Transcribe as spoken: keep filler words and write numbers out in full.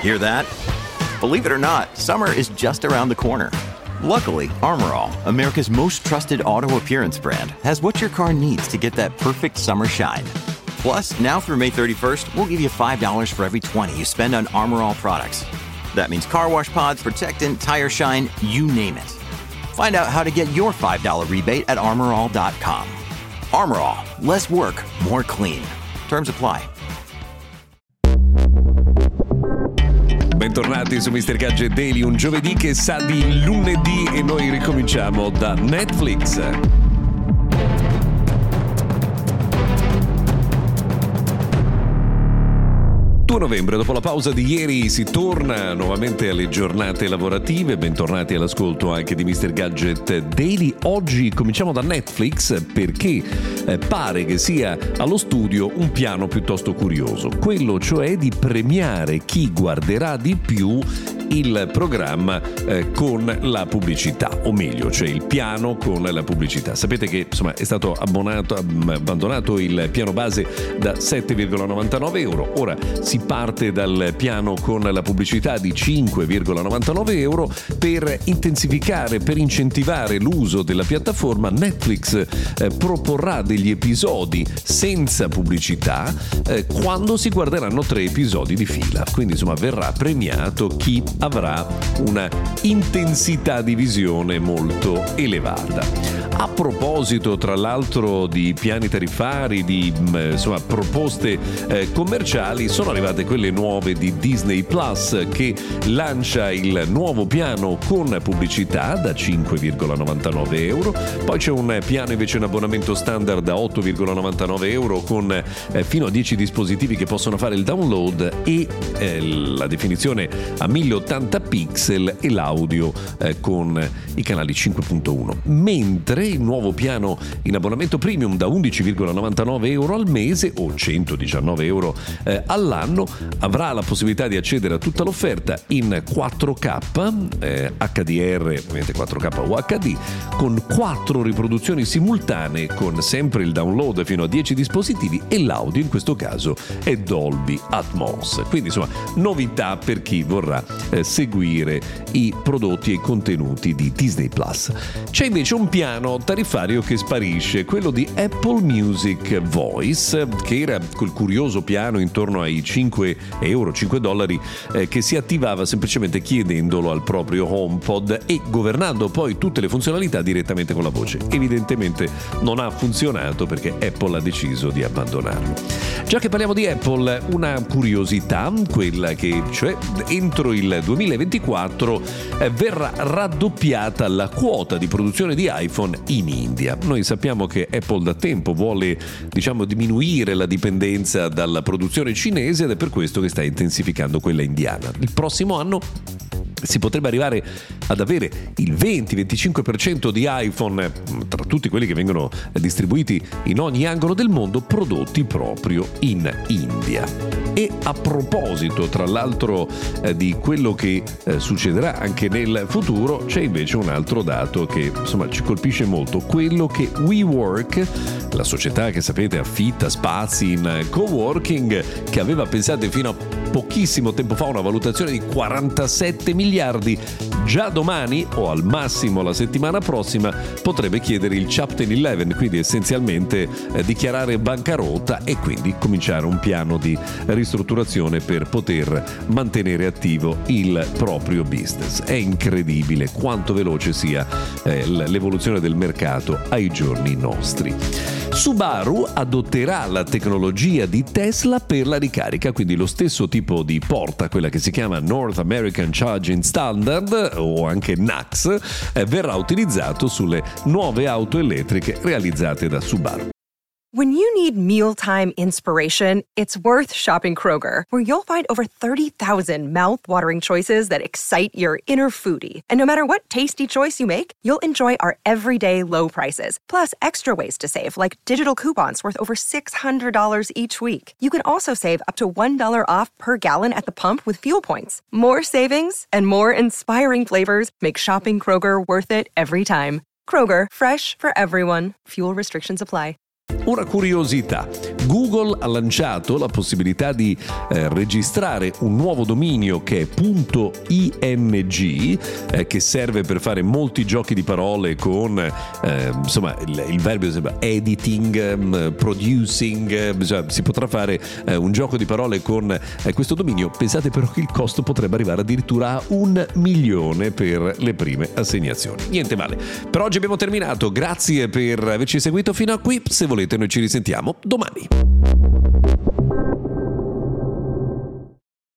Hear that? Believe it or not, summer is just around the corner. Luckily, Armor All, America's most trusted auto appearance brand, has what your car needs to get that perfect summer shine. Plus, now through May thirty-first, we'll give you five dollars for every twenty you spend on Armor All products. That means car wash pods, protectant, tire shine, you name it. Find out how to get your five dollars rebate at armor all dot com. Armor All, less work, more clean. Terms apply. Bentornati su mister Gadget Daily, un giovedì che sa di lunedì e noi ricominciamo da Netflix. due novembre, dopo la pausa di ieri, si torna nuovamente alle giornate lavorative. Bentornati all'ascolto anche di mister Gadget Daily. Oggi cominciamo da Netflix perché eh, pare che sia allo studio un piano piuttosto curioso, quello cioè di premiare chi guarderà di più il programma eh, con la pubblicità, o meglio, cioè il piano con la pubblicità. Sapete che insomma è stato abbonato, abbandonato il piano base da sette virgola novantanove euro, ora si parte dal piano con la pubblicità di cinque virgola novantanove euro. Per intensificare, per incentivare l'uso della piattaforma, Netflix eh, proporrà degli episodi senza pubblicità eh, quando si guarderanno tre episodi di fila, quindi insomma verrà premiato chi avrà una intensità di visione molto elevata. A proposito, tra l'altro, di piani tariffari, di insomma proposte eh, commerciali, sono arrivate quelle nuove di Disney Plus, che lancia il nuovo piano con pubblicità da cinque virgola novantanove euro. Poi c'è un piano invece in abbonamento standard da otto virgola novantanove euro con eh, fino a dieci dispositivi che possono fare il download e eh, la definizione a mille ottanta pixel e l'audio eh, con i canali cinque punto uno. Mentre il nuovo piano in abbonamento premium da undici virgola novantanove euro al mese o centodiciannove euro eh, all'anno avrà la possibilità di accedere a tutta l'offerta in quattro K, eh, H D R, ovviamente quattro K o H D, con quattro riproduzioni simultanee con sempre il download fino a dieci dispositivi e l'audio in questo caso è Dolby Atmos. Quindi insomma novità per chi vorrà eh, seguire i prodotti e i contenuti di Disney Plus. C'è invece un piano tariffario che sparisce, quello di Apple Music Voice, che era quel curioso piano intorno ai cinque euro, cinque dollari, eh, che si attivava semplicemente chiedendolo al proprio HomePod e governando poi tutte le funzionalità direttamente con la voce. Evidentemente non ha funzionato perché Apple ha deciso di abbandonarlo. Già che parliamo di Apple, una curiosità, quella che cioè entro il duemilaventiquattro eh, verrà raddoppiata la quota di produzione di iPhone in India. Noi sappiamo che Apple da tempo vuole, diciamo, diminuire la dipendenza dalla produzione cinese ed è per questo che sta intensificando quella indiana. Il prossimo anno si potrebbe arrivare ad avere il venti venticinque per cento di iPhone, tra tutti quelli che vengono distribuiti in ogni angolo del mondo, prodotti proprio in India. E a proposito, tra l'altro, eh, di quello che eh, succederà anche nel futuro, c'è invece un altro dato che insomma ci colpisce molto, quello che WeWork, la società che sapete affitta spazi in coworking, che aveva, pensate, fino a pochissimo tempo fa una valutazione di quarantasette miliardi, già domani o al massimo la settimana prossima potrebbe chiedere il Chapter undici, quindi essenzialmente eh, dichiarare bancarotta e quindi cominciare un piano di ristrutturazione per poter mantenere attivo il proprio business. È incredibile quanto veloce sia eh, l'evoluzione del mercato ai giorni nostri. Subaru adotterà la tecnologia di Tesla per la ricarica, quindi lo stesso tipo di porta, quella che si chiama North American Charging Standard o anche N A C S, eh, verrà utilizzato sulle nuove auto elettriche realizzate da Subaru. When you need mealtime inspiration, it's worth shopping Kroger, where you'll find over thirty thousand mouth-watering choices that excite your inner foodie. And no matter what tasty choice you make, you'll enjoy our everyday low prices, plus extra ways to save, like digital coupons worth over six hundred dollars each week. You can also save up to one dollar off per gallon at the pump with fuel points. More savings and more inspiring flavors make shopping Kroger worth it every time. Kroger, fresh for everyone. Fuel restrictions apply. Una curiosità: Google ha lanciato la possibilità di eh, registrare un nuovo dominio che è .ing, eh, che serve per fare molti giochi di parole con eh, insomma il, il verbo sembra editing, um, producing, eh, cioè, si potrà fare eh, un gioco di parole con eh, questo dominio. Pensate però che il costo potrebbe arrivare addirittura a un milione per le prime assegnazioni. Niente male. Per oggi abbiamo terminato, grazie per averci seguito fino a qui. Se volete noi ci risentiamo domani.